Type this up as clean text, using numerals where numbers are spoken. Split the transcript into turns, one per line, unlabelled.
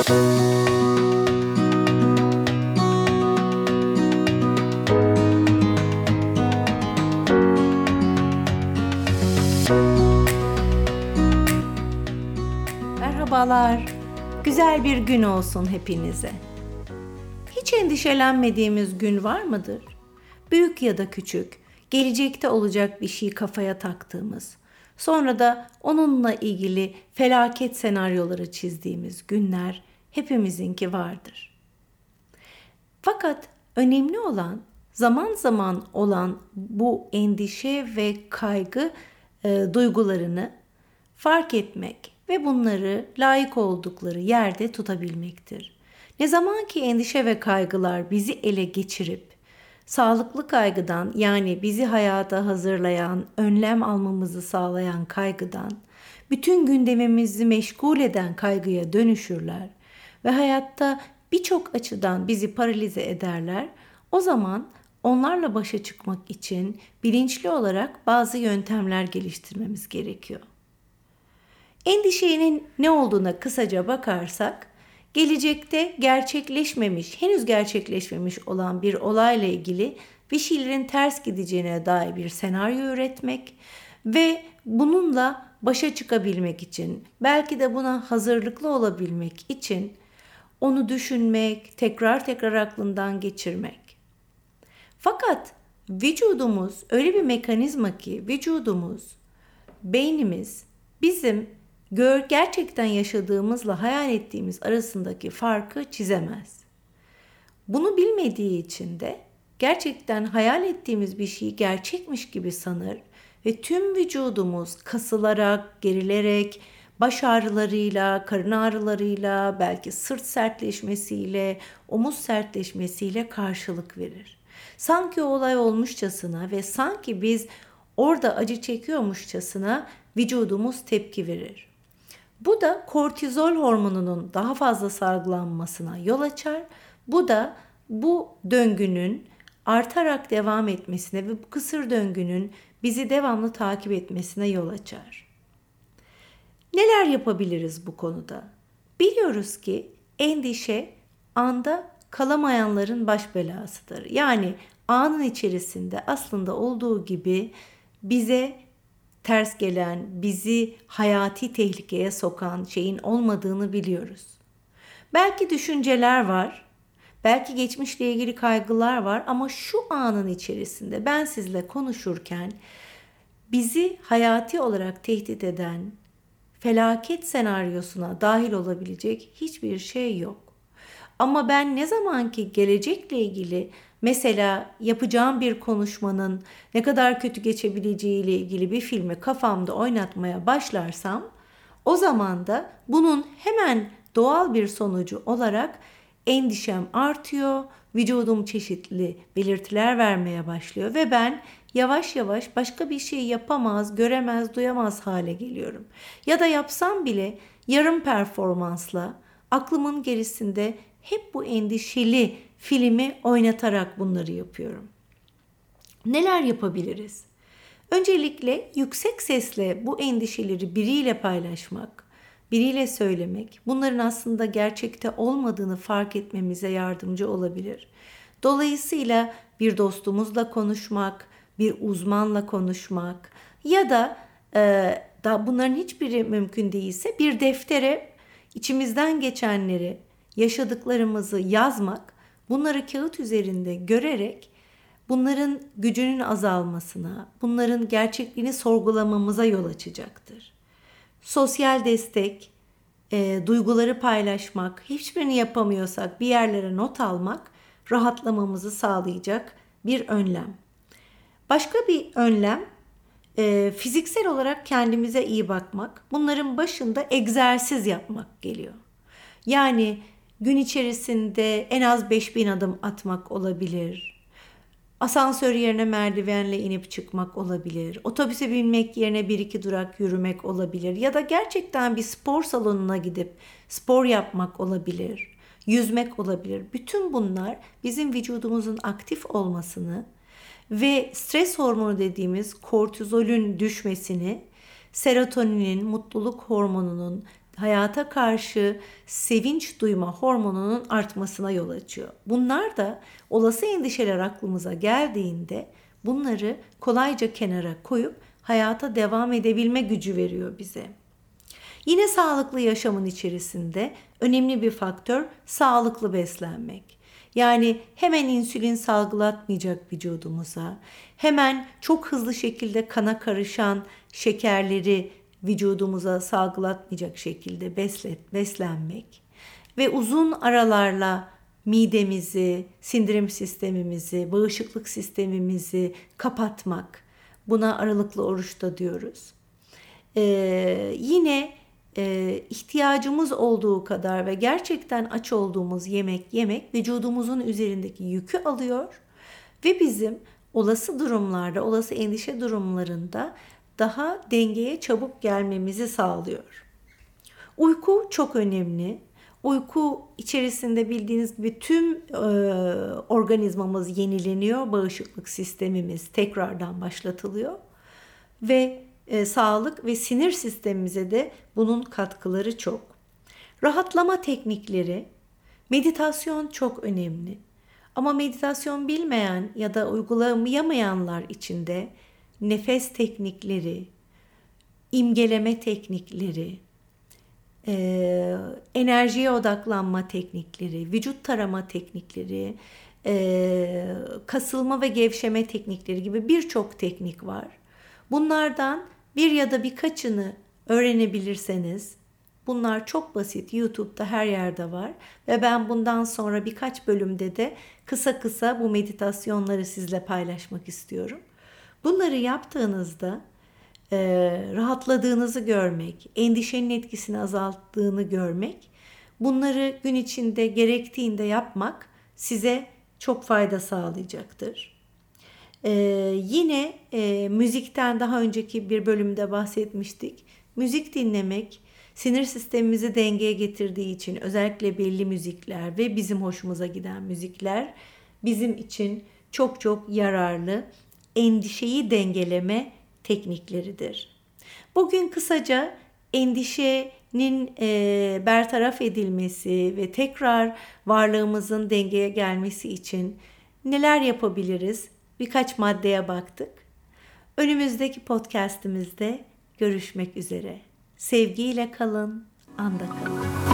Merhabalar, güzel bir gün olsun hepinize. Hiç endişelenmediğimiz gün var mıdır? Büyük ya da küçük, gelecekte olacak bir şey kafaya taktığımız, sonra da onunla ilgili felaket senaryoları çizdiğimiz günler hepimizinki vardır. Fakat önemli olan, zaman zaman olan bu endişe ve kaygı duygularını fark etmek ve bunları layık oldukları yerde tutabilmektir. Ne zaman ki endişe ve kaygılar bizi ele geçirip sağlıklı kaygıdan, yani bizi hayata hazırlayan, önlem almamızı sağlayan kaygıdan, bütün gündemimizi meşgul eden kaygıya dönüşürler ve hayatta birçok açıdan bizi paralize ederler, o zaman onlarla başa çıkmak için bilinçli olarak bazı yöntemler geliştirmemiz gerekiyor. Endişenin ne olduğuna kısaca bakarsak, gelecekte henüz gerçekleşmemiş olan bir olayla ilgili bir şeylerin ters gideceğine dair bir senaryo üretmek ve bununla başa çıkabilmek için, belki de buna hazırlıklı olabilmek için onu düşünmek, tekrar tekrar aklından geçirmek. Fakat vücudumuz öyle bir mekanizma ki beynimiz bizim gerçekten yaşadığımızla hayal ettiğimiz arasındaki farkı çizemez. Bunu bilmediği için de gerçekten hayal ettiğimiz bir şeyi gerçekmiş gibi sanır ve tüm vücudumuz kasılarak, gerilerek, baş ağrılarıyla, karın ağrılarıyla, belki sırt sertleşmesiyle, omuz sertleşmesiyle karşılık verir. Sanki o olay olmuşçasına ve sanki biz orada acı çekiyormuşçasına vücudumuz tepki verir. Bu da kortizol hormonunun daha fazla salgılanmasına yol açar. Bu da bu döngünün artarak devam etmesine ve bu kısır döngünün bizi devamlı takip etmesine yol açar. Neler yapabiliriz bu konuda? Biliyoruz ki endişe anda kalamayanların baş belasıdır. Yani anın içerisinde aslında olduğu gibi bize ters gelen, bizi hayati tehlikeye sokan şeyin olmadığını biliyoruz. Belki düşünceler var, belki geçmişle ilgili kaygılar var ama şu anın içerisinde ben sizle konuşurken bizi hayati olarak tehdit eden felaket senaryosuna dahil olabilecek hiçbir şey yok. Ama ben ne zaman ki gelecekle ilgili, mesela yapacağım bir konuşmanın ne kadar kötü geçebileceğiyle ilgili bir filmi kafamda oynatmaya başlarsam, o zaman da bunun hemen doğal bir sonucu olarak endişem artıyor, vücudum çeşitli belirtiler vermeye başlıyor ve ben yavaş yavaş başka bir şey yapamaz, göremez, duyamaz hale geliyorum. Ya da yapsam bile yarım performansla aklımın gerisinde hep bu endişeli filmi oynatarak bunları yapıyorum. Neler yapabiliriz? Öncelikle yüksek sesle bu endişeleri biriyle paylaşmak, biriyle söylemek, bunların aslında gerçekte olmadığını fark etmemize yardımcı olabilir. Dolayısıyla bir dostumuzla konuşmak, bir uzmanla konuşmak ya da bunların hiçbiri mümkün değilse bir deftere içimizden geçenleri, yaşadıklarımızı yazmak, bunları kağıt üzerinde görerek bunların gücünün azalmasına, bunların gerçekliğini sorgulamamıza yol açacaktır. Sosyal destek, duyguları paylaşmak, hiçbirini yapamıyorsak bir yerlere not almak rahatlamamızı sağlayacak bir önlem. Başka bir önlem, fiziksel olarak kendimize iyi bakmak. Bunların başında egzersiz yapmak geliyor. Yani gün içerisinde en az 5000 adım atmak olabilir. Asansör yerine merdivenle inip çıkmak olabilir. Otobüse binmek yerine 1-2 durak yürümek olabilir. Ya da gerçekten bir spor salonuna gidip spor yapmak olabilir. Yüzmek olabilir. Bütün bunlar bizim vücudumuzun aktif olmasını ve stres hormonu dediğimiz kortizolün düşmesini, serotoninin, mutluluk hormonunun hayata karşı sevinç duyma hormonunun artmasına yol açıyor. Bunlar da olası endişeler aklımıza geldiğinde bunları kolayca kenara koyup hayata devam edebilme gücü veriyor bize. Yine sağlıklı yaşamın içerisinde önemli bir faktör sağlıklı beslenmek. Yani hemen insülin salgılatmayacak vücudumuza, hemen çok hızlı şekilde kana karışan şekerleri vücudumuza salgılatmayacak şekilde beslenmek ve uzun aralarla midemizi, sindirim sistemimizi, bağışıklık sistemimizi kapatmak. Buna aralıklı oruçta diyoruz. Yine ihtiyacımız olduğu kadar ve gerçekten aç olduğumuz yemek vücudumuzun üzerindeki yükü alıyor ve bizim olası durumlarda, olası endişe durumlarında daha dengeye çabuk gelmemizi sağlıyor. Uyku çok önemli. Uyku içerisinde bildiğiniz gibi tüm organizmamız yenileniyor, bağışıklık sistemimiz tekrardan başlatılıyor ve sağlık ve sinir sistemimize de bunun katkıları çok. Rahatlama teknikleri, meditasyon çok önemli. Ama meditasyon bilmeyen ya da uygulayamayanlar için de nefes teknikleri, imgeleme teknikleri, enerjiye odaklanma teknikleri, vücut tarama teknikleri, kasılma ve gevşeme teknikleri gibi birçok teknik var. Bunlardan bir ya da birkaçını öğrenebilirseniz, bunlar çok basit, YouTube'da her yerde var ve ben bundan sonra birkaç bölümde de kısa kısa bu meditasyonları sizle paylaşmak istiyorum. Bunları yaptığınızda rahatladığınızı görmek, endişenin etkisini azalttığını görmek, bunları gün içinde gerektiğinde yapmak size çok fayda sağlayacaktır. Yine müzikten daha önceki bir bölümde bahsetmiştik. Müzik dinlemek sinir sistemimizi dengeye getirdiği için özellikle belli müzikler ve bizim hoşumuza giden müzikler bizim için çok çok yararlı endişeyi dengeleme teknikleridir. Bugün kısaca endişenin bertaraf edilmesi ve tekrar varlığımızın dengeye gelmesi için neler yapabiliriz? Birkaç maddeye baktık. Önümüzdeki podcast'imizde görüşmek üzere. Sevgiyle kalın, anda kalın.